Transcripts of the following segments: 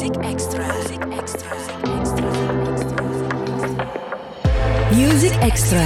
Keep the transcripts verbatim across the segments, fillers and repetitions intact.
Music Extra. Music Extra. Music Extra.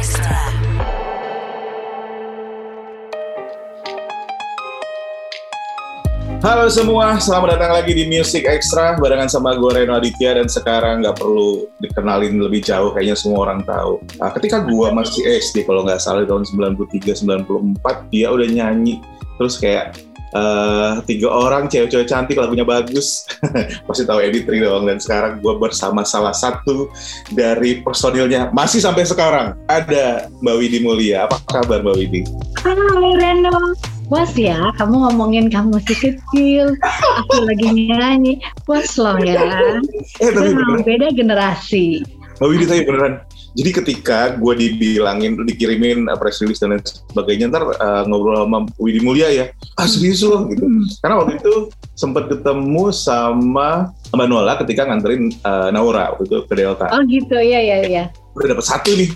Halo semua, selamat datang lagi di Music Extra barengan sama gue Reno Aditya, dan sekarang nggak perlu dikenalin lebih jauh, kayaknya semua orang tahu. Nah, ketika gue masih S D, kalau nggak salah di tahun sembilan puluh tiga sembilan puluh empat, dia udah nyanyi terus kayak uh, tiga orang cewek-cewek cantik, lagunya bagus. Pasti tahu Editri dong. Dan sekarang gue bersama salah satu dari personilnya, masih sampai sekarang, ada Mbak Widi Mulia. Apa kabar Mbak Widi? Halo Reno. Was ya, kamu ngomongin kamu masih kecil, aku lagi nyanyi, was loh ya. Eh tapi beneran, beda generasi. Mbak Widi, tapi beneran. Jadi ketika gue dibilangin, dikirimin uh, press release dan lain sebagainya, ntar uh, ngobrol sama Widi Mulia ya, ah serius loh gitu. Hmm. Karena waktu itu sempat ketemu sama Mbak Nola ketika nganterin uh, Naura waktu itu ke Delta. Oh gitu, iya iya iya. Udah dapat satu nih,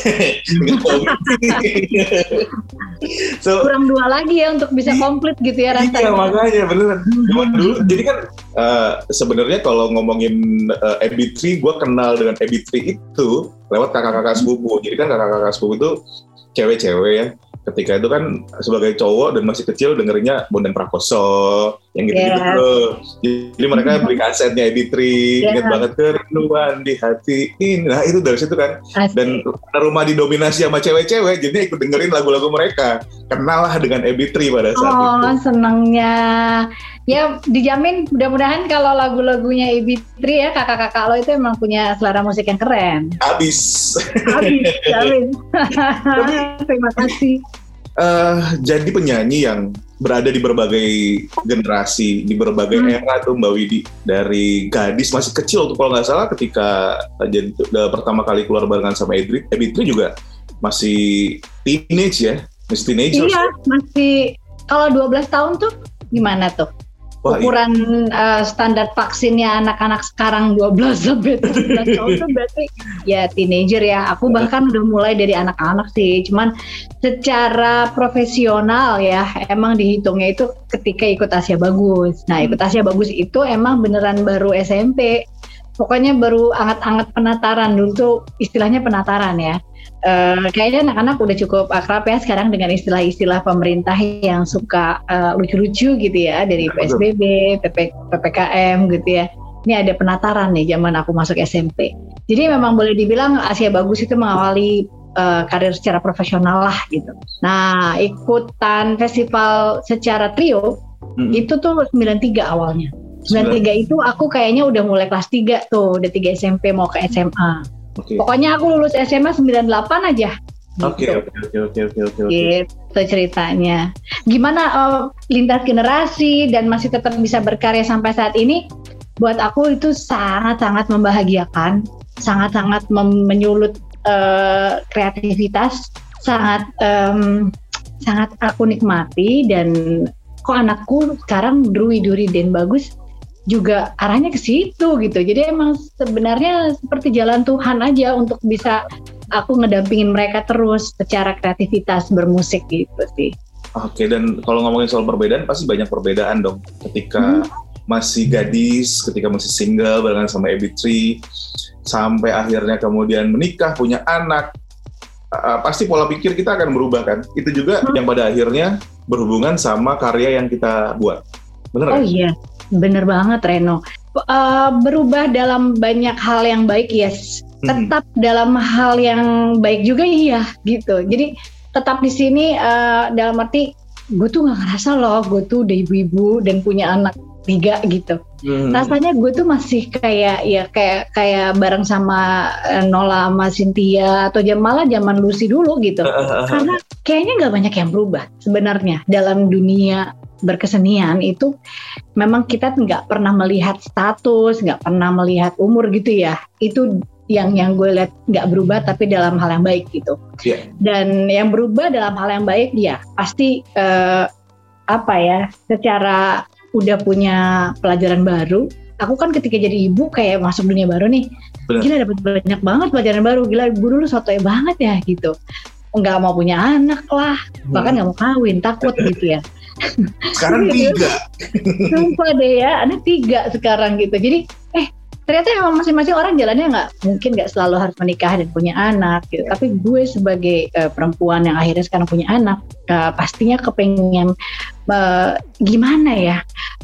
so, kurang dua lagi ya untuk bisa komplit gitu ya rasanya. Iya makanya beneran. Dulu, jadi kan uh, sebenarnya kalau ngomongin uh, E B tiga, gue kenal dengan E B tiga itu lewat kakak-kakak sepupu. Jadi kan kakak-kakak sepupu itu cewek-cewek ya. Ketika itu kan sebagai cowok dan masih kecil dengerinnya Bondan Prakoso, yang gitu-gitu yeah. tuh. Jadi mereka beli kasetnya E B tiga, yeah. Ingat banget kerinduan di hati ini. Nah itu dari situ kan. Asik. Dan rumah didominasi sama cewek-cewek, jadi ikut dengerin lagu-lagu mereka. Kenal lah dengan E B tiga pada saat oh, itu. Oh senengnya. Ya dijamin mudah-mudahan kalau lagu-lagunya E B tiga ya, kakak-kakak lo itu emang punya selera musik yang keren. Abis. Abis, abis. Terima kasih. Uh, jadi penyanyi yang berada di berbagai generasi, di berbagai hmm. era tuh Mbak Widi. Dari gadis masih kecil tuh kalau nggak salah, ketika jadi pertama kali keluar barengan sama Edri, E B tiga juga masih teenage ya, masih teenager. Iya, masih. Kalau dua belas tahun tuh gimana tuh? Wah, ukuran iya. uh, standar vaksinnya anak-anak sekarang dua belas sampai tujuh belas tahun tuh berarti ya teenager ya. Aku bahkan udah mulai dari anak-anak sih. Cuman secara profesional ya emang dihitungnya itu ketika ikut Asia Bagus. Nah ikut Asia Bagus itu emang beneran baru S M P. Pokoknya baru anget-anget penataran. Dulu tuh istilahnya penataran ya. Uh, kayaknya anak-anak udah cukup akrab ya sekarang dengan istilah-istilah pemerintah yang suka uh, lucu-lucu gitu ya, dari P S B B, P P K M gitu ya. Ini ada penataran nih zaman aku masuk S M P. Jadi memang boleh dibilang Asia Bagus itu mengawali uh, karir secara profesional lah gitu. Nah ikutan festival secara trio hmm. itu tuh sembilan tiga awalnya. sembilan tiga itu aku kayaknya udah mulai kelas tiga tuh, udah tiga S M P mau ke S M A. Okay. Pokoknya aku lulus S M A sembilan delapan aja. Oke oke oke oke oke oke. Gitu ceritanya. Gimana uh, lintas generasi dan masih tetap bisa berkarya sampai saat ini? Buat aku itu sangat-sangat membahagiakan, sangat-sangat mem- menyulut uh, kreativitas, sangat um, sangat aku nikmati. Dan kok anakku sekarang Dwi Duri dan bagus juga arahnya ke situ gitu. Jadi emang sebenarnya seperti jalan Tuhan aja untuk bisa aku ngedampingin mereka terus secara kreativitas bermusik gitu sih. Oke, dan kalau ngomongin soal perbedaan, pasti banyak perbedaan dong. Ketika hmm. masih gadis, ketika masih single barengan sama E B tiga, sampai akhirnya kemudian menikah, punya anak, uh, pasti pola pikir kita akan berubah kan. Itu juga hmm. yang pada akhirnya berhubungan sama karya yang kita buat. Bener Oh kan? iya. Bener banget Reno. Uh, berubah dalam banyak hal yang baik, yes. Tetap hmm. dalam hal yang baik juga iya gitu. Jadi tetap di sini uh, dalam arti gue tuh nggak ngerasa loh gue tuh udah ibu-ibu dan punya anak tiga gitu. Hmm. Rasanya gue tuh masih kayak ya kayak kayak bareng sama uh, Nola sama Cynthia atau jam malah zaman Lucy dulu gitu. Karena kayaknya nggak banyak yang berubah sebenarnya dalam dunia berkesenian itu. Memang kita nggak pernah melihat status, nggak pernah melihat umur gitu ya. Itu yang yang gue lihat nggak berubah, tapi dalam hal yang baik gitu. Yeah. Dan yang berubah dalam hal yang baik ya pasti eh, apa ya? Secara udah punya pelajaran baru. Aku kan ketika jadi ibu kayak masuk dunia baru nih. Bener. Gila dapat banyak banget pelajaran baru. Gila ibu dulu sotoy banget ya gitu. Nggak mau punya anak lah, bahkan nggak mau kawin, takut gitu ya. Sekarang tiga. Sumpah deh ya, anak tiga sekarang gitu. Jadi eh ternyata emang masing-masing orang jalannya nggak mungkin nggak selalu harus menikah dan punya anak gitu. Tapi gue sebagai uh, perempuan yang akhirnya sekarang punya anak, uh, pastinya kepengen uh, gimana ya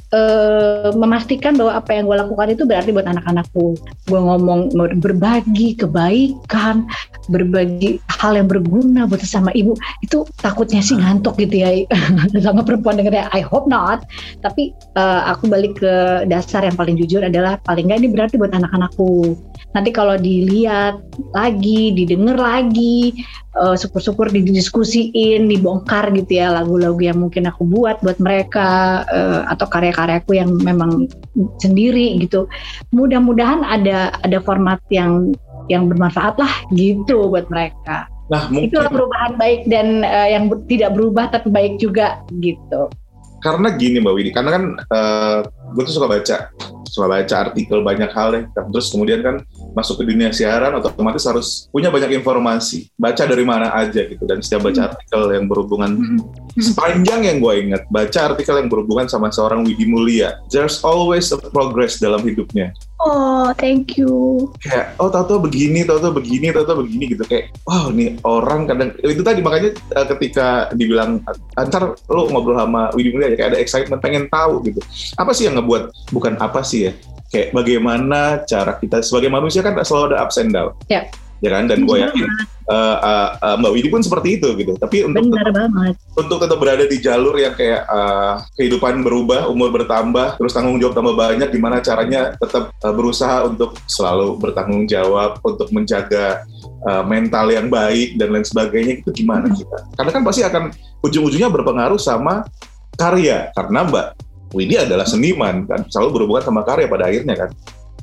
uh, memastikan bahwa apa yang gue lakukan itu berarti buat anak-anakku. Gue ngomong berbagi kebaikan, berbagi hal yang berguna buat sesama ibu. Itu takutnya sih ngantuk gitu ya sama perempuan dengarnya. I hope not. Tapi uh, aku balik ke dasar yang paling jujur adalah paling nggak ini berarti buat anak-anakku. Nanti kalau dilihat lagi, didengar lagi, uh, syukur-syukur didiskusiin, dibongkar gitu ya lagu-lagu yang mungkin aku buat buat mereka uh, atau karya-karyaku yang memang sendiri gitu. Mudah-mudahan ada ada format yang yang bermanfaat lah gitu buat mereka. Nah, mungkin itu perubahan baik dan uh, yang ber- tidak berubah tapi baik juga gitu. Karena gini Mbak Widi, karena kan uh, gue tuh suka baca, suka baca artikel banyak hal ya. Terus kemudian kan masuk ke dunia siaran, otomatis harus punya banyak informasi. Baca dari mana aja gitu. Dan setiap baca artikel yang berhubungan, sepanjang yang gue ingat, baca artikel yang berhubungan sama seorang Widi Mulia, there's always a progress dalam hidupnya. Oh, thank you. Kayak, oh tahu-tahu begini, tahu-tahu begini, tahu-tahu begini gitu. Kayak, wow nih orang kadang, itu tadi makanya uh, ketika dibilang, antar lo ngobrol sama Widi Mulia, kayak ada excitement, pengen tahu gitu. Apa sih yang ngebuat, bukan apa sih ya, kayak bagaimana cara kita, sebagai manusia kan selalu ada ups and down. Ya. Ya kan, dan gue yakin uh, uh, uh, Mbak Widi pun seperti itu gitu. Tapi untuk Benar tetap, banget. untuk tetap berada di jalur yang kayak uh, kehidupan berubah, umur bertambah, terus tanggung jawab tambah banyak, gimana caranya tetap uh, berusaha untuk selalu bertanggung jawab, untuk menjaga uh, mental yang baik dan lain sebagainya, itu gimana hmm. kita? Karena kan pasti akan ujung-ujungnya berpengaruh sama karya, karena Mbak Widi adalah seniman kan, selalu berhubungan sama karya pada akhirnya kan.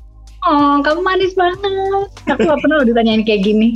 Oh, kamu manis banget. Aku gak pernah ditanyain kayak gini.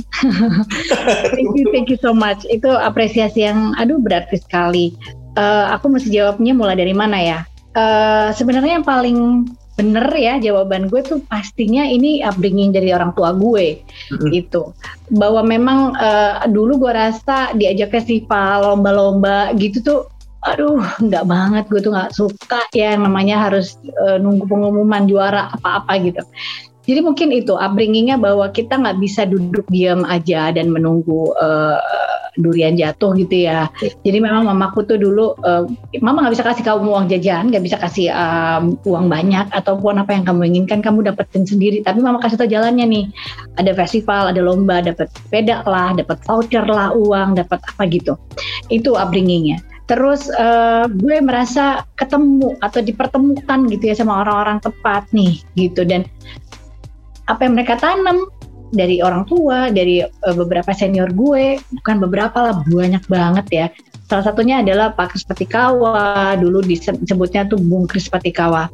Thank you, thank you so much. Itu apresiasi yang, aduh berarti sekali. Uh, aku mesti jawabnya mulai dari mana ya? Uh, sebenarnya yang paling bener ya jawaban gue tuh pastinya ini upbringing dari orang tua gue. Mm-hmm. Gitu. Bahwa memang uh, dulu gue rasa diajak festival, lomba-lomba gitu tuh, aduh nggak banget, gue tuh nggak suka ya yang namanya harus uh, nunggu pengumuman juara apa-apa gitu. Jadi mungkin itu upbringingnya bahwa kita nggak bisa duduk diam aja dan menunggu uh, durian jatuh gitu ya. Jadi memang mamaku tuh dulu, uh, mama nggak bisa kasih kamu uang jajan, nggak bisa kasih um, uang banyak ataupun apa yang kamu inginkan kamu dapetin sendiri. Tapi mama kasih tau jalannya nih, ada festival, ada lomba, dapat sepeda lah, dapat voucher lah, uang, dapat apa gitu. Itu upbringingnya. Terus uh, gue merasa ketemu atau dipertemukan gitu ya sama orang-orang tepat nih gitu, dan apa yang mereka tanam dari orang tua, dari uh, beberapa senior gue, bukan beberapa lah, banyak banget ya. Salah satunya adalah Pak Kris Patikawa, dulu disebutnya tuh Bung Kris Patikawa.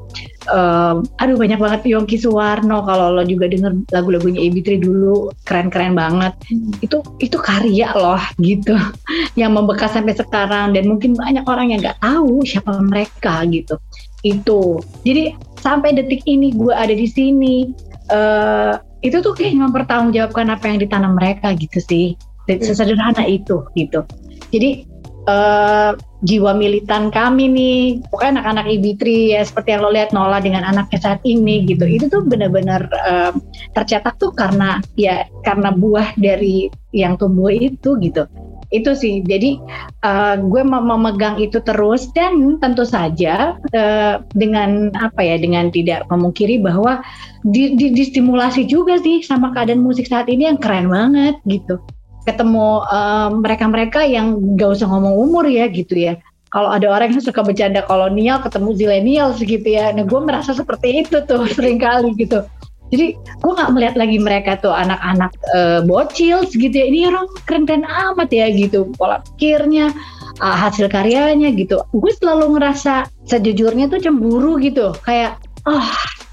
Um, aduh banyak banget, Yongki Suwarno, kalau lo juga denger lagu-lagunya A B tiga dulu keren-keren banget. Hmm. Itu itu karya loh gitu, yang membekas sampai sekarang, dan mungkin banyak orang yang nggak tahu siapa mereka gitu. Itu jadi sampai detik ini gue ada di sini, uh, itu tuh kayak mempertanggungjawabkan apa yang ditanam mereka gitu sih. Sesederhana itu gitu. Jadi Uh, jiwa militan kami nih, pokoknya anak-anak I B tiga ya, seperti yang lo lihat Nola dengan anaknya saat ini gitu, itu tuh benar-benar uh, tercetak tuh karena ya karena buah dari yang tumbuh itu gitu. Itu sih, jadi uh, gue mau memegang itu terus, dan tentu saja uh, dengan apa ya, dengan tidak memungkiri bahwa di, di, distimulasi juga sih sama keadaan musik saat ini yang keren banget gitu. Ketemu uh, mereka-mereka yang gak usah ngomong umur ya gitu ya. Kalau ada orang yang suka bercanda kolonial ketemu zilenial gitu ya. Nah gue merasa seperti itu tuh seringkali gitu. Jadi gue gak melihat lagi mereka tuh anak-anak uh, bocil gitu ya. Ini orang keren-keren amat ya gitu. Pola pikirnya, uh, hasil karyanya gitu. Gue selalu ngerasa sejujurnya tuh cemburu gitu. Kayak oh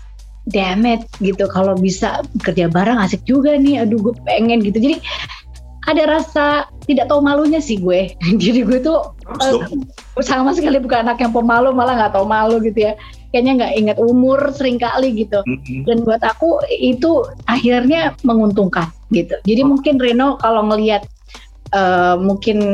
damn it gitu. Kalau bisa kerja bareng asik juga nih. Aduh gue pengen gitu. Jadi ada rasa tidak tahu malunya sih gue. Jadi gue tuh uh, sama sekali bukan anak yang pemalu, malah nggak tahu malu gitu ya. Kayaknya nggak ingat umur seringkali gitu. Mm-hmm. Dan buat aku itu akhirnya menguntungkan gitu. Jadi oh. mungkin Reno kalau ngelihat uh, mungkin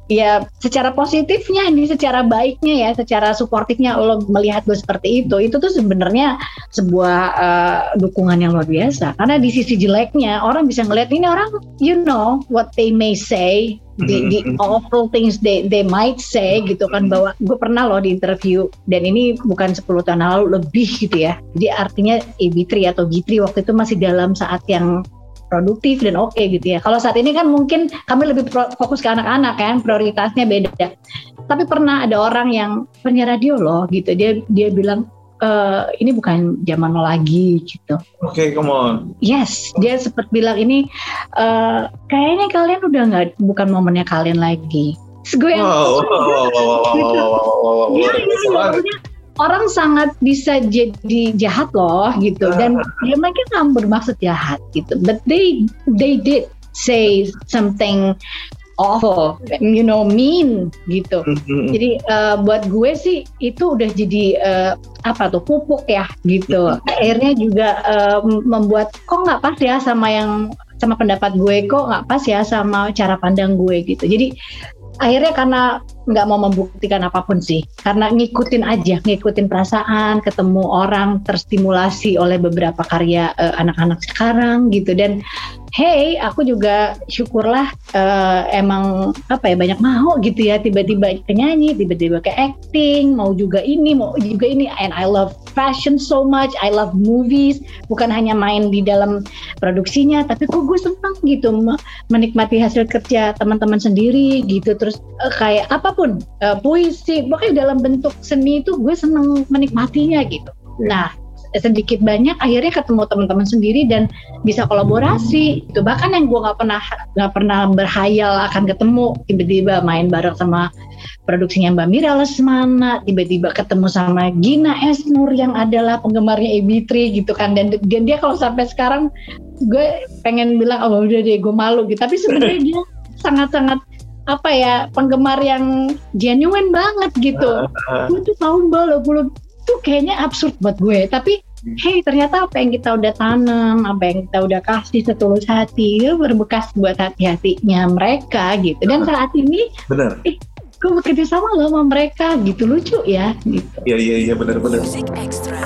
ya secara positifnya nih, secara baiknya ya, secara suportifnya lo melihat gue seperti itu, itu tuh sebenarnya sebuah uh, dukungan yang luar biasa. Karena di sisi jeleknya orang bisa ngeliat ini orang, you know what they may say, the, the awful things they they might say gitu kan, bahwa gue pernah loh di interview, dan ini bukan sepuluh tahun lalu, lebih gitu ya. Jadi artinya A B tiga atau B tiga waktu itu masih dalam saat yang produktif dan oke okay gitu ya. Kalau saat ini kan mungkin kami lebih pro- fokus ke anak-anak kan, prioritasnya beda. Tapi pernah ada orang yang penyiar radio loh gitu, dia dia bilang e, ini bukan zaman lo lagi gitu. Oke, okay, come on. Yes, dia sempat bilang ini e, kayaknya kalian udah nggak, bukan momennya kalian lagi. Terus gue yang wow, wow, wow, wow, wow, wow, wow, wow, wow, orang sangat bisa jadi jahat loh gitu, dan ya mereka nggak bermaksud jahat gitu, but they they did say something awful, you know, mean gitu. Mm-hmm. Jadi uh, buat gue sih itu udah jadi uh, apa tuh pupuk ya gitu. Mm-hmm. Akhirnya juga uh, membuat kok nggak pas ya sama yang sama pendapat gue, kok nggak pas ya sama cara pandang gue gitu. Jadi akhirnya karena nggak mau membuktikan apapun sih, karena ngikutin aja, ngikutin perasaan, ketemu orang, terstimulasi oleh beberapa karya uh, anak-anak sekarang gitu. Dan hey, aku juga syukurlah uh, emang apa ya, banyak mau gitu ya, tiba-tiba ke nyanyi, tiba-tiba ke acting, mau juga ini, mau juga ini. And I love fashion so much, I love movies, bukan hanya main di dalam produksinya, tapi kok gue seneng gitu menikmati hasil kerja teman-teman sendiri gitu. Terus uh, kayak apapun, uh, puisi, pokoknya dalam bentuk seni itu gue seneng menikmatinya gitu. Nah, sedikit banyak akhirnya ketemu teman-teman sendiri dan bisa kolaborasi itu. Bahkan yang gue nggak pernah nggak pernah berhayal akan ketemu, tiba-tiba main bareng sama produksinya Mbak Mira Lesmana, tiba-tiba ketemu sama Gina Esnur yang adalah penggemarnya A B tiga gitu kan. Dan, dan dia kalau sampai sekarang gue pengen bilang oh udah deh gue malu gitu, tapi sebenarnya dia sangat-sangat apa ya, penggemar yang genuine banget gitu. Gue tuh tahu Mbak lo tuh kayaknya absurd buat gue, tapi hey ternyata apa yang kita udah tanam, apa yang kita udah kasih setulus hati itu berbekas buat hati-hatinya mereka gitu. Dan saat ini benar, eh gue bekerja sama loh sama mereka gitu, lucu ya gitu. Iya iya iya benar-benar. Music Extra.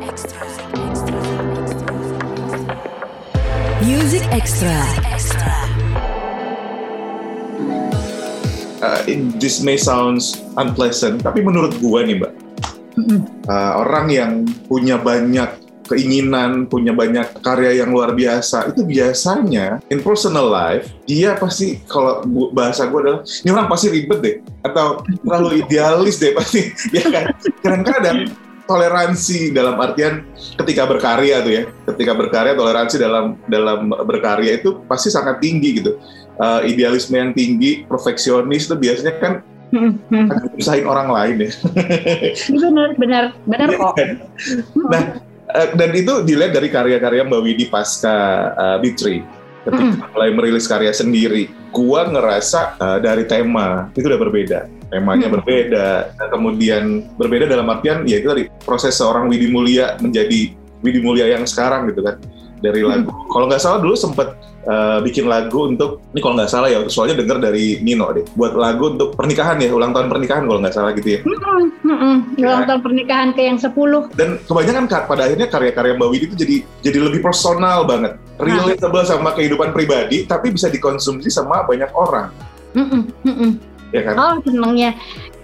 Music Extra. Uh, this may sounds unpleasant, tapi menurut gue nih Mbak, uh, orang yang punya banyak keinginan, punya banyak karya yang luar biasa, itu biasanya in personal life dia pasti, kalau bahasa gue adalah ini orang pasti ribet deh, atau terlalu idealis deh pasti, ya kan. Kadang-kadang toleransi dalam artian ketika berkarya tuh ya, ketika berkarya toleransi dalam dalam berkarya itu pasti sangat tinggi gitu. Uh, idealisme yang tinggi, perfeksionis itu biasanya kan akan usahain orang lain ya. Benar, benar, benar kok. Nah, uh, dan itu dilihat dari karya-karya Mbak Widi pasca uh, B tiga. Ketika mm. mulai merilis karya sendiri, gua ngerasa uh, dari tema itu udah berbeda. Temanya mm. berbeda, dan kemudian berbeda dalam artian ya itu tadi proses seorang Widi Mulia menjadi Widi Mulia yang sekarang gitu kan. Dari lagu, hmm. kalau nggak salah dulu sempet uh, bikin lagu untuk, ini kalau nggak salah ya, soalnya denger dari Nino deh, buat lagu untuk pernikahan ya, ulang tahun pernikahan kalau nggak salah gitu ya. Hmm, hmm, hmm. Ulang tahun pernikahan ke yang sepuluh. Dan kebanyakan pada akhirnya karya-karya Mbak Widi itu jadi jadi lebih personal banget, relatable sama kehidupan pribadi, tapi bisa dikonsumsi sama banyak orang. Hmm, hmm, hmm. Ya kan? Oh senengnya.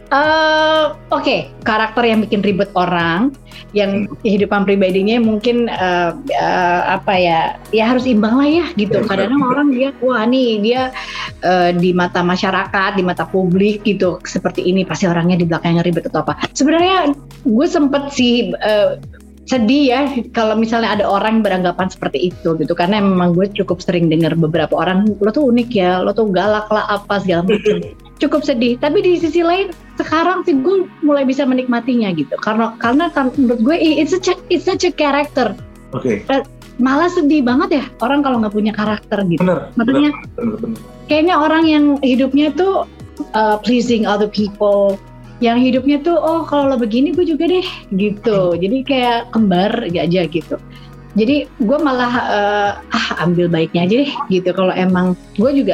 Uh, Oke, okay. Karakter yang bikin ribet orang, yang kehidupan pribadinya mungkin uh, uh, apa ya, ya harus imbang lah ya gitu. Kadang-kadang orang dia, wah nih dia uh, di mata masyarakat, di mata publik gitu seperti ini, pasti orangnya di belakangnya ribet atau apa. Sebenarnya gue sempet sih uh, sedih ya kalau misalnya ada orang yang beranggapan seperti itu gitu, karena memang gue cukup sering dengar beberapa orang, lo tuh unik ya, lo tuh galak lah apa segala macam. Cukup sedih, tapi di sisi lain sekarang sih gue mulai bisa menikmatinya gitu, karena karena kan menurut gue it's such a, it's such a character. Oke. Okay. Malah sedih banget ya orang kalau nggak punya karakter gitu. Bener, Maksudnya bener, bener, bener. Kayaknya orang yang hidupnya tuh uh, pleasing other people, yang hidupnya tuh oh kalau lo begini gue juga deh gitu. Jadi kayak kembar aja gitu. Jadi gue malah uh, ah ambil baiknya aja deh gitu. Kalau emang gue juga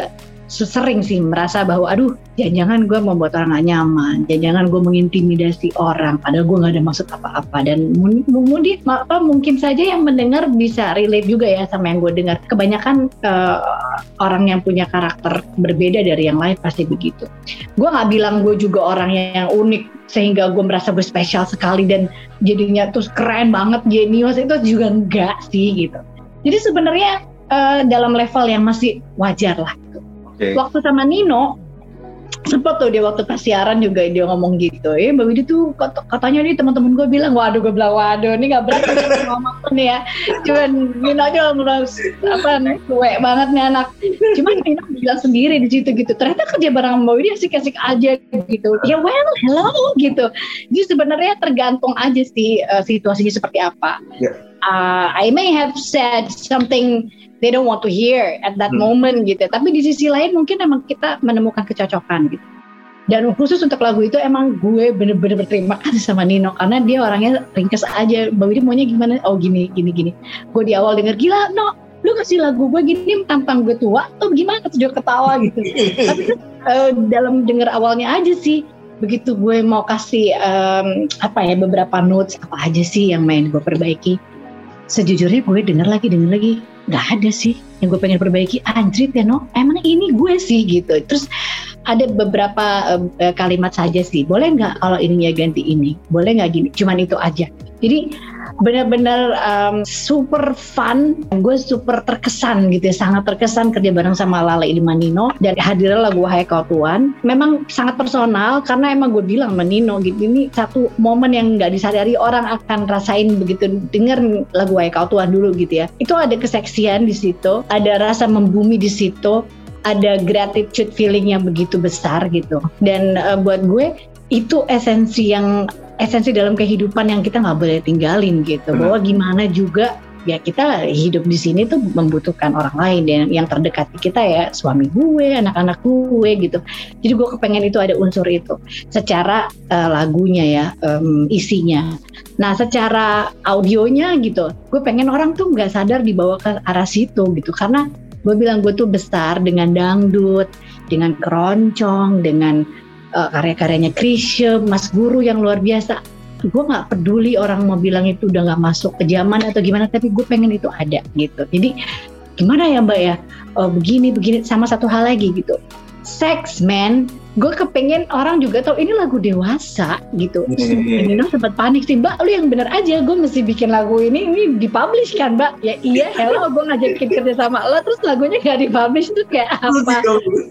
sering sih merasa bahwa aduh jangan-jangan gue membuat orang gak nyaman, jangan-jangan gue mengintimidasi orang padahal gue gak ada maksud apa-apa. Dan mungkin apa mungkin saja yang mendengar bisa relate juga ya sama yang gue dengar. Kebanyakan uh, orang yang punya karakter berbeda dari yang lain pasti begitu. Gue gak bilang gue juga orang yang unik sehingga gue merasa gue spesial sekali dan jadinya terus keren banget, jenius, itu juga enggak sih gitu. Jadi sebenarnya uh, dalam level yang masih wajar lah. Okay. Waktu sama Nino, sempat tuh dia waktu pas siaran juga dia ngomong gitu, eh Mbak Widi tuh katanya nih teman-teman gue bilang, waduh gue bilang waduh ini nggak berani ngomong nih ya, cuman Nino aja ngomong apa cuek banget nih anak, cuman Nino bilang sendiri di situ gitu, ternyata kerja bareng Mbak Widi asik-asik aja gitu, ya well hello gitu, jadi sebenarnya tergantung aja sih uh, situasinya seperti apa. Yeah. Uh, I may have said something they don't want to hear at that hmm. moment gitu. Tapi di sisi lain mungkin emang kita menemukan kecocokan gitu. Dan khusus untuk lagu itu emang gue bener-bener berterima kasih sama Nino karena dia orangnya ringkas aja. Mbak Widi maunya gimana? Oh gini, gini, gini. Gue di awal denger gila, no, lu kasih lagu gue gini tentang gue tua atau gimana? Terus dia ketawa gitu. Tapi kan uh, dalam denger awalnya aja sih. Begitu gue mau kasih um, apa ya beberapa notes apa aja sih yang main gue perbaiki. Sejujurnya gue denger lagi, denger lagi, nggak ada sih yang gue pengen perbaiki. Anjrit ya no, emang ini gue sih gitu. Terus ada beberapa uh, kalimat saja sih. Boleh nggak kalau ininya ganti ini? Boleh nggak gini? Cuman itu aja. Jadi benar-benar um, super fun. Gue super terkesan gitu ya, sangat terkesan kerja bareng sama Lale Ilma Nino dan hadirnya lagu Wahai Kau Tuan. Memang sangat personal karena emang gue bilang sama Nino gitu, ini satu momen yang nggak disadari orang akan rasain begitu denger lagu Wahai Kau Tuan dulu gitu ya. Itu ada keseksian di situ, ada rasa membumi di situ, ada gratitude feeling yang begitu besar gitu. Dan uh, buat gue itu esensi yang esensi dalam kehidupan yang kita nggak boleh tinggalin gitu. Hmm. Bahwa gimana juga ya kita hidup di sini tuh membutuhkan orang lain dan yang terdekat kita ya suami gue, anak-anak gue gitu. Jadi gue kepengen itu ada unsur itu secara uh, lagunya ya, um, isinya. Nah secara audionya gitu, gue pengen orang tuh nggak sadar dibawa ke arah situ gitu karena gue bilang gue tuh besar dengan dangdut, dengan keroncong, dengan Uh, karya-karyanya Chrisye, Mas Guru yang luar biasa. Gue nggak peduli orang mau bilang itu udah nggak masuk ke zaman atau gimana, tapi gue pengen itu ada gitu. Jadi gimana ya Mbak ya, uh, begini begini sama satu hal lagi gitu. Sex man, gue kepengen orang juga tahu ini lagu dewasa gitu. Dan Nino sempat panik sih, Mbak, lu yang bener aja, gue mesti bikin lagu ini, ini dipublish kan Mbak? Ya iya, hello, gue ngajakin kerja sama lo, terus lagunya gak dipublish tuh kayak apa?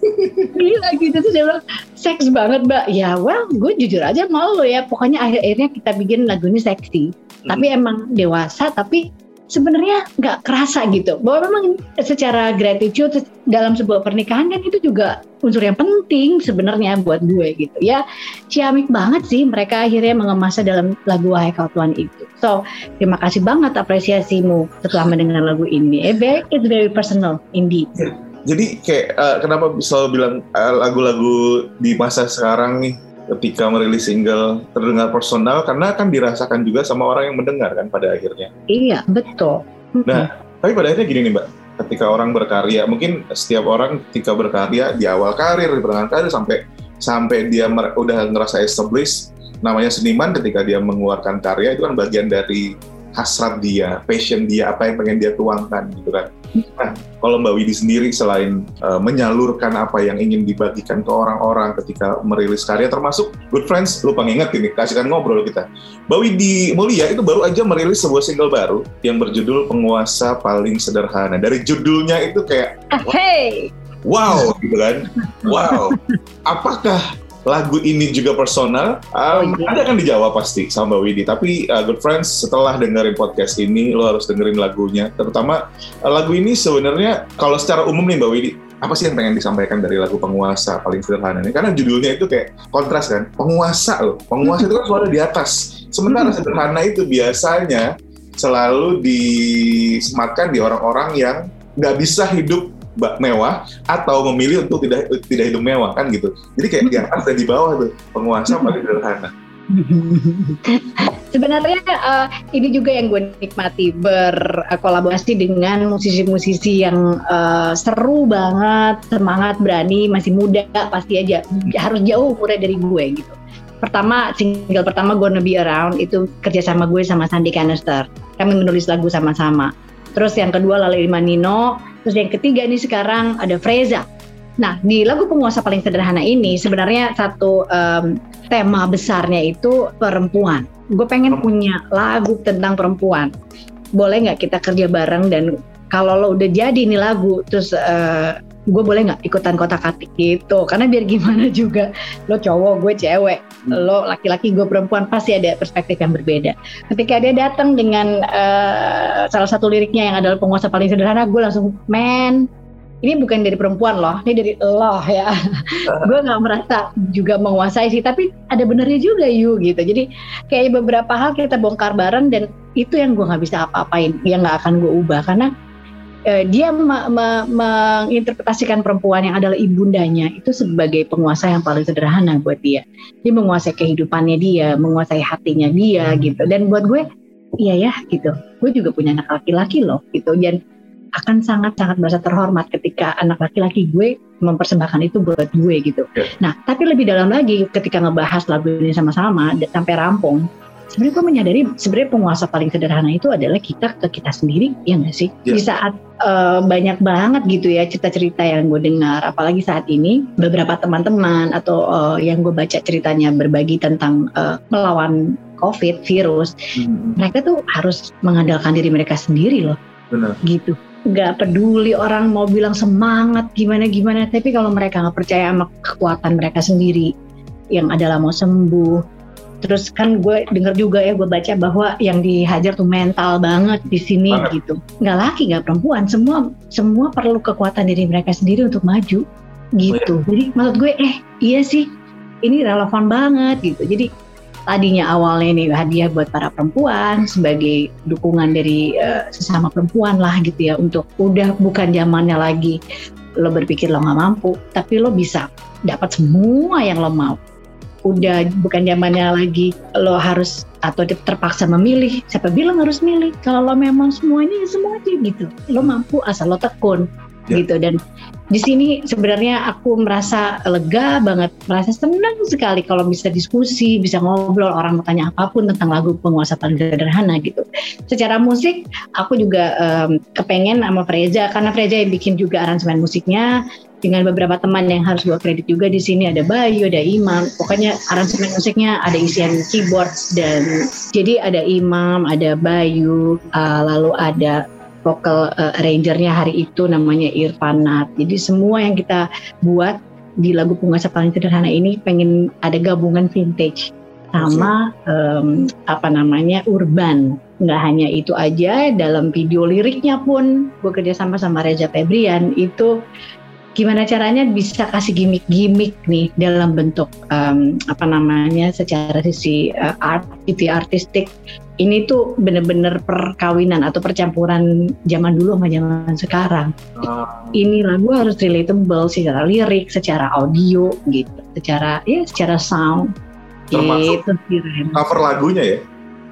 Gila gitu, terus dia bilang, seks banget Mbak. Ya well, gue jujur aja mau lo ya, pokoknya akhir-akhirnya kita bikin lagu ini seksi. Hmm. Tapi emang dewasa, tapi sebenarnya nggak kerasa gitu. Bahwa memang secara gratitude dalam sebuah pernikahan kan itu juga unsur yang penting sebenarnya buat gue gitu. Ya ciamik banget sih mereka akhirnya mengemasnya dalam lagu Wahai Kau Tuan itu. So terima kasih banget apresiasimu setelah mendengar lagu ini. Eh, it's very personal indeed. Jadi kayak uh, kenapa selalu bilang uh, lagu-lagu di masa sekarang nih ketika merilis single terdengar personal karena kan dirasakan juga sama orang yang mendengar kan pada akhirnya. Iya, betul. Nah, mm-hmm. tapi pada akhirnya gini nih Mbak, ketika orang berkarya, mungkin setiap orang ketika berkarya di awal karir, di pertengahan karir sampai sampai dia mer- udah ngerasa established, namanya seniman ketika dia mengeluarkan karya itu kan bagian dari hasrat dia, passion dia, apa yang pengen dia tuangkan gitu kan. Nah, kalau Mbak Widi sendiri selain uh, menyalurkan apa yang ingin dibagikan ke orang-orang ketika merilis karya, termasuk Good Friends, lupa nginget ini, kasihkan ngobrol kita. Mbak Widi Mulia itu baru aja merilis sebuah single baru yang berjudul Penguasa Paling Sederhana. Dari judulnya itu kayak, hey, wow gitu kan, wow. Apakah lagu ini juga personal? Um, oh, iya. Ada kan dijawab pasti sama Mbak Widi. Tapi uh, Good Friends, setelah dengerin podcast ini, lo harus dengerin lagunya. Terutama uh, lagu ini sebenarnya kalau secara umum nih Mbak Widi, apa sih yang pengen disampaikan dari lagu Penguasa Paling Sederhana ini? Karena judulnya itu kayak kontras kan, penguasa loh. Penguasa itu kan selalu di atas. Sementara sederhana itu biasanya selalu disematkan di orang-orang yang nggak bisa hidup mewah atau memilih untuk tidak tidak hidup mewah kan gitu. Jadi kayak di atas dan di bawah tuh penguasa paling sederhana. Sebenarnya uh, ini juga yang gue nikmati, berkolaborasi dengan musisi-musisi yang uh, seru banget, semangat, berani, masih muda, pasti aja harus jauh umurnya dari gue gitu. Pertama, single pertama Gonna Be Around itu kerjasama gue sama Sandy Canister. Kami menulis lagu sama-sama. Terus yang kedua Lale Manino, terus yang ketiga ini sekarang ada Freza. Nah, di lagu Penguasa Paling Sederhana ini sebenarnya satu um, tema besarnya itu perempuan. Gue pengen punya lagu tentang perempuan. Boleh nggak kita kerja bareng, dan kalau lo udah jadi nih lagu, terus uh, gue boleh nggak ikutan kotak-katik gitu? Karena biar gimana juga, lo cowok, gue cewek, lo laki-laki, gue perempuan, pasti ada perspektif yang berbeda. Ketika dia datang dengan uh, salah satu liriknya yang adalah Penguasa Paling Sederhana, gue langsung, man, ini bukan dari perempuan loh, ini dari lo ya. Gue nggak merasa juga menguasai sih, tapi ada benernya juga you gitu. Jadi kayak beberapa hal kita bongkar bareng, dan itu yang gue nggak bisa apa-apain, yang nggak akan gue ubah, karena eh, dia me- me- menginterpretasikan perempuan yang adalah ibundanya itu sebagai penguasa yang paling sederhana buat dia. Dia menguasai kehidupannya dia, menguasai hatinya dia gitu. Dan buat gue, iya ya gitu. Gue juga punya anak laki-laki loh gitu. Dan akan sangat-sangat merasa terhormat ketika anak laki-laki gue mempersembahkan itu buat gue gitu. Yeah. Nah, tapi lebih dalam lagi ketika ngebahas lagu ini sama-sama sampai rampung, sebenarnya gue menyadari sebenarnya penguasa paling sederhana itu adalah kita ke kita sendiri, ya nggak sih? Yeah. Di saat uh, banyak banget gitu ya cerita-cerita yang gue dengar, apalagi saat ini beberapa teman-teman atau uh, yang gue baca ceritanya berbagi tentang uh, melawan COVID virus, mm-hmm. mereka tuh harus mengandalkan diri mereka sendiri loh. Benar. Gitu. Gak peduli orang mau bilang semangat gimana-gimana, tapi kalau mereka gak percaya sama kekuatan mereka sendiri yang adalah mau sembuh. Terus kan gue denger juga ya, gue baca bahwa yang dihajar tuh mental banget di sini banget. Gitu. Gak laki, gak perempuan, semua semua perlu kekuatan diri mereka sendiri untuk maju gitu. Oh, iya. Jadi maksud gue eh iya sih, ini relevan banget gitu. Jadi tadinya awalnya ini hadiah buat para perempuan sebagai dukungan dari uh, sesama perempuan lah gitu ya, untuk udah bukan zamannya lagi lo berpikir lo nggak mampu, tapi lo bisa dapat semua yang lo mau. Udah bukan zamannya lagi lo harus atau terpaksa memilih. Siapa bilang harus milih? Kalau lo memang semuanya semuanya gitu, lo mampu asal lo tekun. Ya. Gitu. Dan di sini sebenarnya aku merasa lega banget, merasa senang sekali kalau bisa diskusi, bisa ngobrol, orang mau tanya apapun tentang lagu Penguasa Paling Sederhana gitu. Secara musik aku juga um, kepengen sama Freza, karena Freza yang bikin juga aransemen musiknya dengan beberapa teman yang harus gue kredit juga di sini, ada Bayu, ada Imam. Pokoknya aransemen musiknya ada isian keyboard, dan jadi ada Imam, ada Bayu, uh, lalu ada vocal uh, arrangernya hari itu namanya Irfan Nat. Jadi semua yang kita buat di lagu Penguasa Paling Sederhana ini pengen ada gabungan vintage sama um, apa namanya urban. Nggak hanya itu aja, dalam video liriknya pun gue kerjasama sama Reza Febrian itu gimana caranya bisa kasih gimmick-gimmick nih dalam bentuk um, apa namanya secara sisi uh, art, sisi artistik. Ini tuh bener-bener perkawinan atau percampuran zaman dulu sama zaman sekarang. Uh. Ini lagu harus relatable secara lirik, secara audio gitu, secara ya secara sound. Termasuk gitu, cover lagunya ya.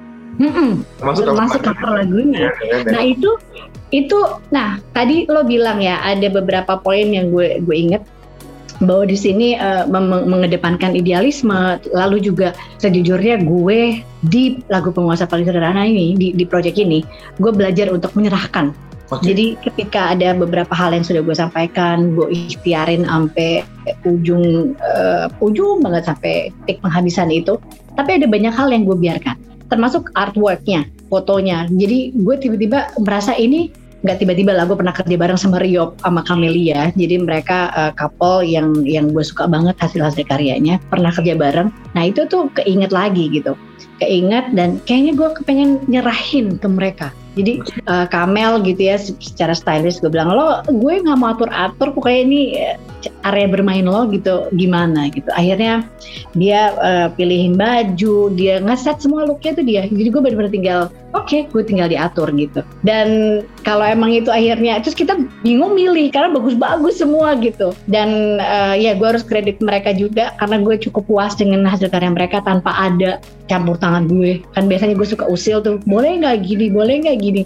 Mm-mm. Termasuk, termasuk cover lagunya. Ya, ya, ya. Nah itu itu, nah tadi lo bilang ya ada beberapa poin yang gue gue inget bahwa di sini uh, mem- mengedepankan idealisme, lalu juga sejujurnya gue di lagu Penguasa Paling Sederhana ini, di, di project ini, gue belajar untuk menyerahkan. Okay. Jadi ketika ada beberapa hal yang sudah gue sampaikan, gue ikhtiarin sampai ujung uh, ujung banget sampai titik penghabisan itu, tapi ada banyak hal yang gue biarkan, termasuk artworknya, fotonya. Jadi gue tiba-tiba merasa ini nggak tiba-tiba lah, gue pernah kerja bareng sama Riop sama Camelia, jadi mereka uh, couple yang yang gue suka banget hasil hasil karyanya, pernah kerja bareng. Nah itu tuh keinget lagi gitu. keinget dan kayaknya gue kepengen nyerahin ke mereka. Jadi uh, Kamel gitu ya, secara stylish gue bilang, lo gue nggak mau atur-atur, pokoknya ini area bermain lo gitu, gimana gitu. Akhirnya dia uh, pilihin baju, dia ngeset semua looknya tuh dia. Jadi gue benar-benar tinggal, oke, okay, gue tinggal diatur gitu. Dan kalau emang itu akhirnya, terus kita bingung milih karena bagus-bagus semua gitu. Dan uh, ya gue harus kredit mereka juga karena gue cukup puas dengan hasil karya mereka tanpa ada campur tangan gue. Kan biasanya gue suka usil tuh, boleh nggak gini, boleh nggak gini.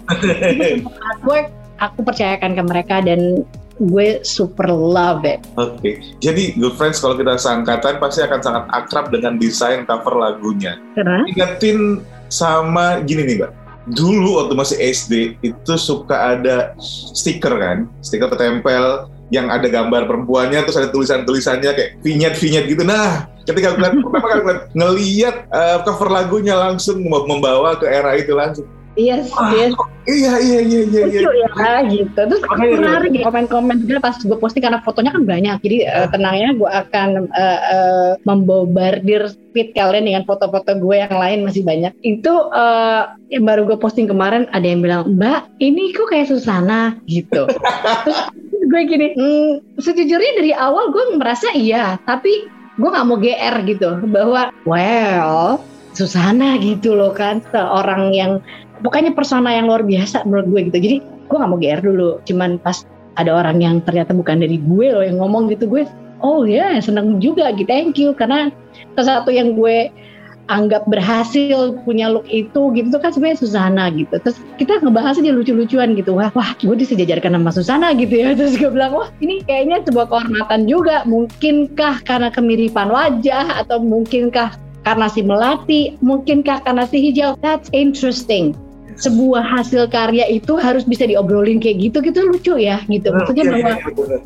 Artwork aku percayakan ke mereka dan gue super love it. Oke, okay. Jadi Good Friends kalau kita seangkatan pasti akan sangat akrab dengan desain cover lagunya. Karena? Ingetin sama gini nih Mbak, dulu waktu masih S D itu suka ada stiker kan, stiker tertempel yang ada gambar perempuannya terus ada tulisan-tulisannya kayak vignette-vignette gitu. Nah, ketika gue pertama kali ngelihat uh, cover lagunya langsung membawa ke era itu langsung. Yes, ah, yes. Iya, iya, iya, iya. Lucu ya, ya gitu. Terus menarik ya, komen-komen juga pas gue posting karena fotonya kan banyak. Jadi uh, tenangnya gue akan uh, uh, membombardir feed kalian dengan foto-foto gue yang lain masih banyak. Itu uh, yang baru gue posting kemarin ada yang bilang, Mbak, ini kok kayak Susana gitu. Terus gue gini, mm, sejujurnya dari awal gue merasa iya, tapi gue nggak mau G R gitu bahwa well Susana gitu loh kan, seorang yang pokoknya persona yang luar biasa menurut gue gitu. Jadi gue gak mau G R dulu. Cuman pas ada orang yang ternyata bukan dari gue loh yang ngomong gitu, gue oh ya yeah, seneng juga gitu, thank you. Karena salah satu yang gue anggap berhasil punya look itu gitu kan sebenarnya Susana gitu. Terus kita ngebahasnya lucu-lucuan gitu. Wah, wah gue disejajarkan sama Susana gitu ya. Terus gue bilang, wah ini kayaknya sebuah kehormatan juga. Mungkinkah karena kemiripan wajah atau mungkinkah karena si melati, mungkinkah karena si hijau? That's interesting. Sebuah hasil karya itu harus bisa diobrolin kayak gitu, gitu lucu ya gitu. Maksudnya nah, bahwa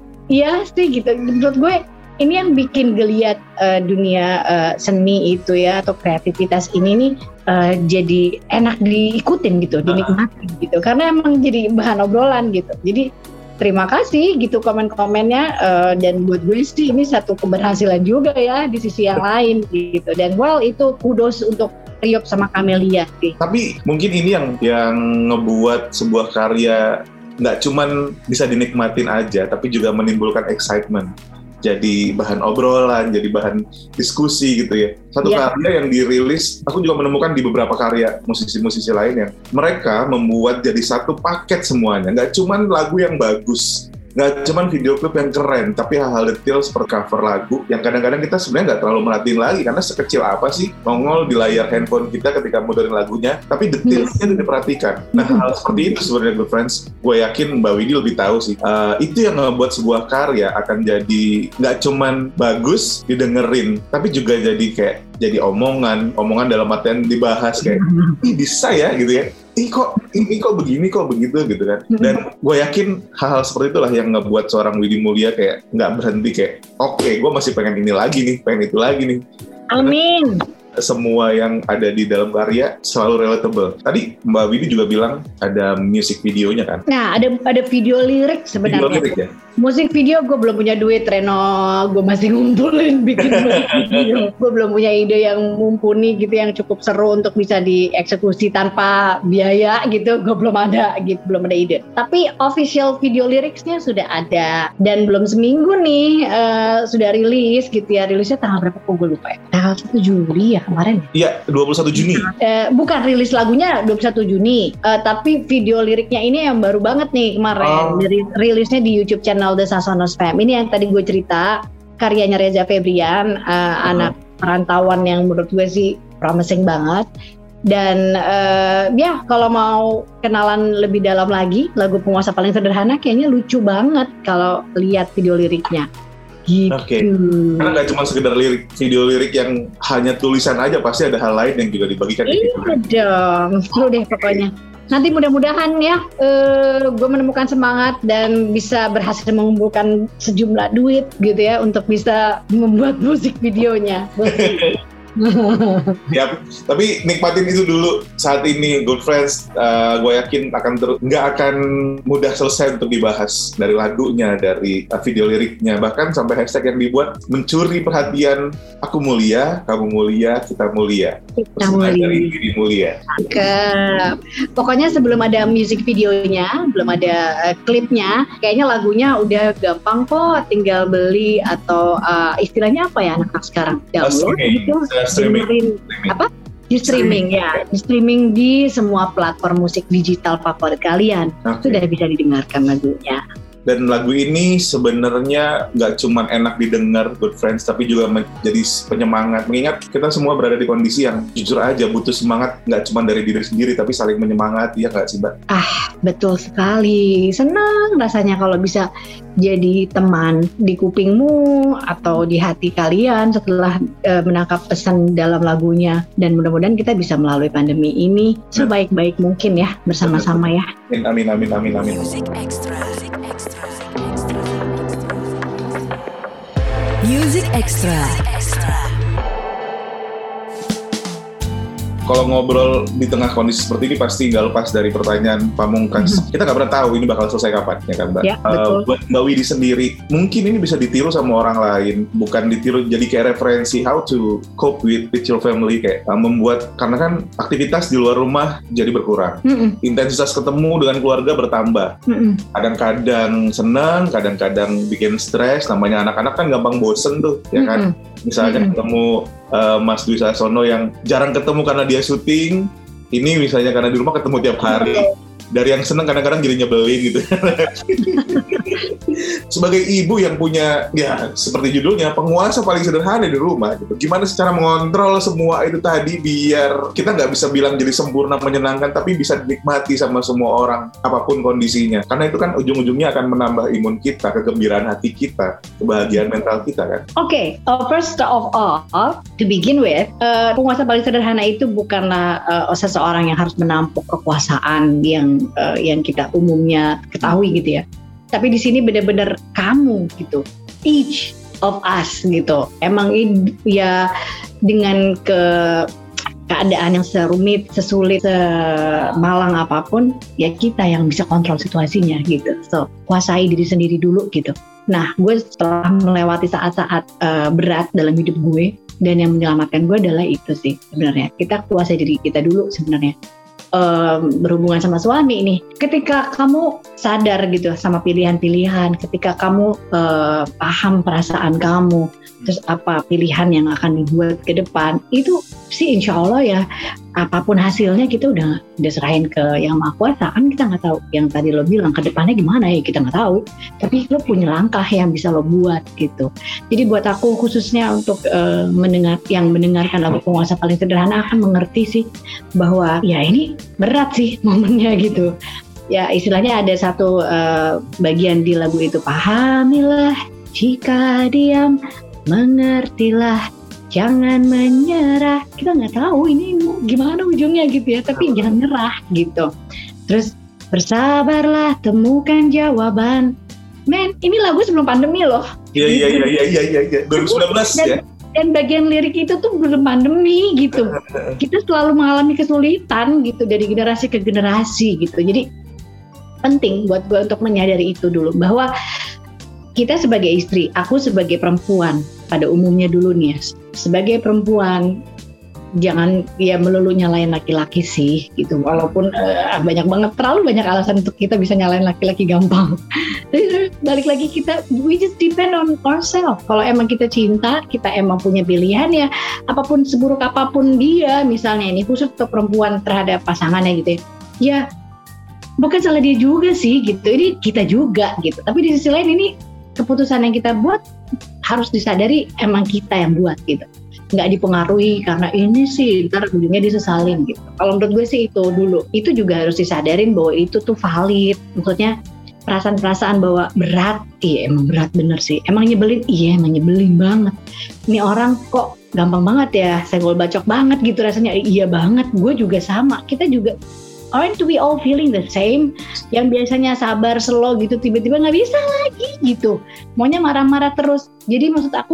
iya sih gitu. Menurut gue ini yang bikin geliat uh, dunia uh, seni itu ya atau kreativitas ini nih uh, jadi enak diikutin gitu, dinikmatin gitu. Karena emang jadi bahan obrolan gitu. Jadi terima kasih gitu komen-komennya uh, dan buat gue sih ini satu keberhasilan juga ya di sisi yang lain gitu. Dan well itu kudos untuk Riop sama Camelia sih. Tapi mungkin ini yang yang ngebuat sebuah karya nggak cuman bisa dinikmatin aja, tapi juga menimbulkan excitement. Jadi bahan obrolan, jadi bahan diskusi gitu ya. Satu yeah. karya yang dirilis, aku juga menemukan di beberapa karya musisi-musisi lain yang mereka membuat jadi satu paket semuanya. Nggak cuman lagu yang bagus, nggak cuman video klip yang keren, tapi hal-hal detail seperti cover lagu yang kadang-kadang kita sebenarnya nggak terlalu merhatiin lagi karena sekecil apa sih nongol di layar handphone kita ketika muterin lagunya, tapi detailnya hmm. diperhatikan. Nah hal seperti itu sebenarnya Good Friends, gue yakin Mbak Widi lebih tahu sih. Uh, itu yang membuat sebuah karya akan jadi nggak cuman bagus didengerin, tapi juga jadi kayak jadi omongan, omongan dalam artian dibahas kayak, ih bisa ya gitu ya. Ih kok ini kok begini kok begitu gitu kan. Dan gue yakin hal-hal seperti itulah yang ngebuat seorang Widi Mulia kayak nggak berhenti kayak oke okay, gue masih pengen ini lagi nih, pengen itu lagi nih. Amin. Semua yang ada di dalam karya selalu relatable. Tadi Mbak Widi juga bilang ada music videonya kan? Nah ada ada video lirik sebenarnya. Video lirik ya? Musik video gue belum punya duit Reno, gue masih ngumpulin bikin musik video. Gue belum punya ide yang mumpuni gitu yang cukup seru untuk bisa dieksekusi tanpa biaya gitu. Gue belum ada gitu, belum ada ide. Tapi official video liriknya sudah ada dan belum seminggu nih uh, sudah rilis gitu ya. Rilisnya tanggal berapa kok gue lupa ya? Tanggal satu Juli ya kemarin. Iya, dua puluh satu Juni. Uh, bukan rilis lagunya dua puluh satu Juni, uh, tapi video liriknya ini yang baru banget nih kemarin. Oh. Dari rilisnya di YouTube channel The Sasonos Fam. Ini yang tadi gue cerita, karyanya Reza Febrian, uh, uh-huh. anak perantauan yang menurut gue sih promising banget. Dan uh, ya kalau mau kenalan lebih dalam lagi lagu Penguasa Paling Sederhana kayaknya lucu banget kalau lihat video liriknya. Gitu. Oke. Okay. Karena nggak cuma sekedar lirik, video lirik yang hanya tulisan aja, pasti ada hal lain yang juga dibagikan. Iya gitu. dong, seru deh pokoknya. Nanti mudah-mudahan ya uh, gue menemukan semangat dan bisa berhasil mengumpulkan sejumlah duit gitu ya untuk bisa membuat musik videonya. Ya, tapi nikmatin itu dulu saat ini. Good Friends, uh, gue yakin akan terus nggak akan mudah selesai untuk dibahas, dari lagunya, dari uh, video liriknya, bahkan sampai hashtag yang dibuat mencuri perhatian. Aku mulia, kamu mulia, kita mulia. Kita mulia. Dari diri mulia. Ke, pokoknya sebelum ada music videonya, belum ada uh, klipnya, kayaknya lagunya udah gampang kok, tinggal beli atau uh, istilahnya apa ya anak-anak sekarang? Download gitu. Streaming. streaming. Apa? Di streaming, streaming ya, di streaming di semua platform musik digital favorit kalian. Okay. Sudah bisa didengarkan lagunya. Dan lagu ini sebenarnya nggak cuma enak didengar, Good Friends, tapi juga menjadi penyemangat. Mengingat kita semua berada di kondisi yang jujur aja butuh semangat, nggak cuma dari diri sendiri, tapi saling menyemangati, ya nggak sih, Mbak? Ah, betul sekali. Senang rasanya kalau bisa jadi teman di kupingmu atau di hati kalian setelah e, menangkap pesan dalam lagunya. Dan mudah-mudahan kita bisa melalui pandemi ini sebaik-baik mungkin ya, bersama-sama ya. Amin, amin, amin, amin. Music Extra. Music Extra. Kalau ngobrol di tengah kondisi seperti ini pasti nggak lepas dari pertanyaan pamungkas. Mm-hmm. Kita nggak pernah tahu ini bakal selesai kapan, ya kan, Mbak? Ya, uh, buat Mbak Widi sendiri, mungkin ini bisa ditiru sama orang lain, bukan ditiru jadi kayak referensi how to cope with, with your family, kayak uh, membuat, karena kan aktivitas di luar rumah jadi berkurang, mm-hmm. intensitas ketemu dengan keluarga bertambah, mm-hmm. kadang-kadang senang, kadang-kadang bikin stres. Namanya anak-anak kan gampang bosen tuh, ya kan? Mm-hmm. Misalnya mm-hmm. ketemu uh, Mas Dwi Sasono yang jarang ketemu karena dia syuting, ini misalnya karena di rumah ketemu tiap hari. Dari yang seneng kadang-kadang jadi nyebelin gitu. Sebagai ibu yang punya, ya seperti judulnya, penguasa paling sederhana di rumah gitu. Gimana secara mengontrol semua itu tadi biar kita nggak bisa bilang jadi sempurna menyenangkan, tapi bisa dinikmati sama semua orang apapun kondisinya. Karena itu kan ujung-ujungnya akan menambah imun kita, kegembiraan hati kita, kebahagiaan mental kita kan. Oke, okay. uh, first of all, to begin with, uh, penguasa paling sederhana itu bukanlah uh, seseorang yang harus menampuk kekuasaan yang uh, yang kita umumnya ketahui gitu ya. Tapi di sini benar-benar kamu gitu, each of us gitu. Emang ini ya dengan ke keadaan yang serumit, sesulit, semalang apapun, ya kita yang bisa kontrol situasinya gitu. So, kuasai diri sendiri dulu gitu. Nah, gue setelah melewati saat-saat uh, berat dalam hidup gue, dan yang menyelamatkan gue adalah itu sih sebenarnya. Kita kuasai diri kita dulu sebenarnya. Um, berhubungan sama suami nih, ketika kamu sadar gitu sama pilihan-pilihan, ketika kamu uh, paham perasaan kamu, terus apa pilihan yang akan dibuat ke depan, itu sih insya Allah ya apapun hasilnya kita udah udah serahin ke yang Maha Kuasa. Kan kita nggak tahu, yang tadi lo bilang ke depannya gimana ya kita nggak tahu, tapi lo punya langkah yang bisa lo buat gitu. Jadi buat aku khususnya untuk uh, mendengar yang mendengarkan lagu Penguasa Paling Sederhana akan mengerti sih bahwa ya ini berat sih momennya gitu. Ya istilahnya ada satu uh, bagian di lagu itu, pahamilah jika diam, mengertilah, jangan menyerah. Kita nggak tahu ini gimana ujungnya gitu ya, tapi jangan nyerah gitu. Terus bersabarlah, temukan jawaban. Men, ini lagu sebelum pandemi loh. Iya iya iya iya iya iya. dua ribu sembilan belas ya. Dan bagian lirik itu tuh belum pandemi gitu. Kita selalu mengalami kesulitan gitu dari generasi ke generasi gitu. Jadi penting buat gue untuk menyadari itu dulu, bahwa kita sebagai istri, aku sebagai perempuan pada umumnya dulu nih ya, sebagai perempuan jangan ya melulu nyalain laki-laki sih gitu, walaupun uh, banyak banget, terlalu banyak alasan untuk kita bisa nyalain laki-laki gampang. Jadi balik lagi kita, we just depend on ourselves. Kalau emang kita cinta, kita emang punya pilihan ya, apapun seburuk apapun dia, misalnya ini khusus untuk perempuan terhadap pasangannya gitu ya, ya bukan salah dia juga sih gitu, ini kita juga gitu. Tapi di sisi lain ini keputusan yang kita buat harus disadari emang kita yang buat gitu, nggak dipengaruhi karena ini sih ntar ujungnya disesalin gitu. Kalau menurut gue sih itu dulu, itu juga harus disadarin bahwa itu tuh valid. Maksudnya perasaan-perasaan bahwa berat, iya emang berat bener sih, emang nyebelin, iya emang nyebelin banget. Ini orang kok gampang banget ya, senggol bacok banget gitu rasanya, iya banget, gue juga sama, kita juga aren't we all feeling the same? Yang biasanya sabar, slow gitu, tiba-tiba nggak bisa lagi gitu. Maunya marah-marah terus. Jadi maksud aku,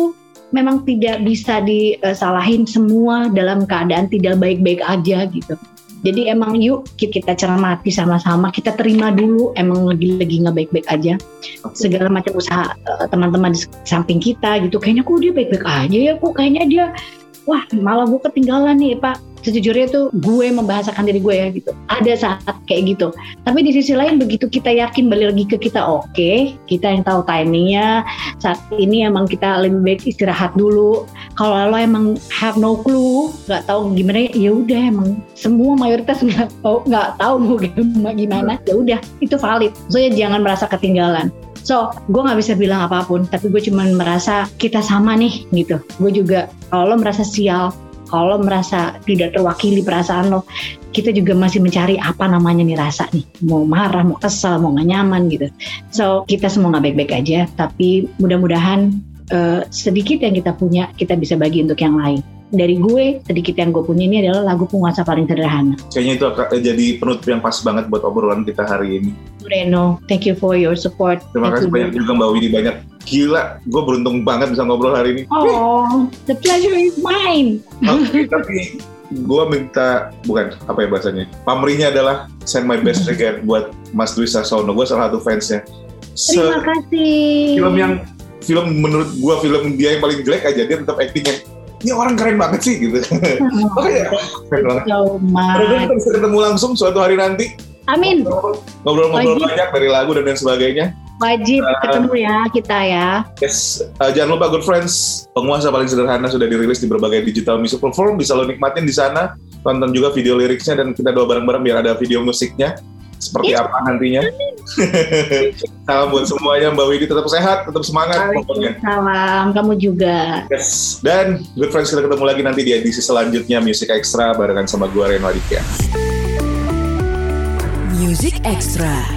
memang tidak bisa disalahin semua dalam keadaan tidak baik-baik aja gitu. Jadi emang yuk kita cermati sama-sama, kita terima dulu emang lagi-lagi nggak baik-baik aja. Segala macam usaha uh, teman-teman di samping kita gitu, kayaknya kok dia baik-baik aja ya, kok kayaknya dia, wah malah gue ketinggalan nih Pak. Sejujurnya tuh gue membahasakan diri gue ya gitu. Ada saat kayak gitu. Tapi di sisi lain begitu kita yakin balik lagi ke kita, oke, okay, kita yang tahu timingnya. Saat ini emang kita lebih baik istirahat dulu. Kalau lo emang have no clue, nggak tahu gimana, ya udah emang semua mayoritas nggak tahu nggak tahu mau gimana. Ya udah itu valid. Soalnya jangan merasa ketinggalan. So, gue nggak bisa bilang apapun, tapi gue cuma merasa kita sama nih gitu. Gue juga kalau lo merasa sial, kalau merasa tidak terwakili perasaan lo, kita juga masih mencari apa namanya nih rasa nih. Mau marah, mau kesel, mau gak nyaman gitu. So, kita semua gak baik-baik aja, tapi mudah-mudahan uh, sedikit yang kita punya, kita bisa bagi untuk yang lain. Dari gue, sedikit yang gue punya ini adalah lagu Penguasa Paling Sederhana. Kayaknya itu akan jadi penutup yang pas banget buat obrolan kita hari ini. Reno, thank you for your support. Terima kasih banyak juga Mbak Widi, banyak. Gila, gue beruntung banget bisa ngobrol hari ini. Oh, the pleasure is mine. Okay, tapi gue minta, bukan apa ya bahasanya, pamrihnya adalah send my best regard buat Mas Dwi Sasono. Gue salah satu fansnya. Se- Terima kasih. Film yang, film menurut gue film dia yang paling jelek aja, dia tetap actingnya. Ini orang keren banget sih gitu. Makanya keren banget. So much. Kita bisa ketemu langsung suatu hari nanti. Amin. Ngobrol-ngobrol banyak dari lagu dan lain sebagainya. Wajib uh, ketemu ya kita ya. Yes, uh, jangan lupa Good Friends, Penguasa Paling Sederhana sudah dirilis di berbagai digital music platform, bisa lo nikmatin di sana. Tonton juga video liriknya dan kita doa bareng-bareng biar ada video musiknya seperti yes. apa nantinya. Salam buat semuanya, Mbak Widi tetap sehat, tetap semangat pokoknya. Salam, kamu juga. Yes. Dan Good Friends kita ketemu lagi nanti di edisi selanjutnya Music Extra barengan sama gue Reno Aditya. Music Extra.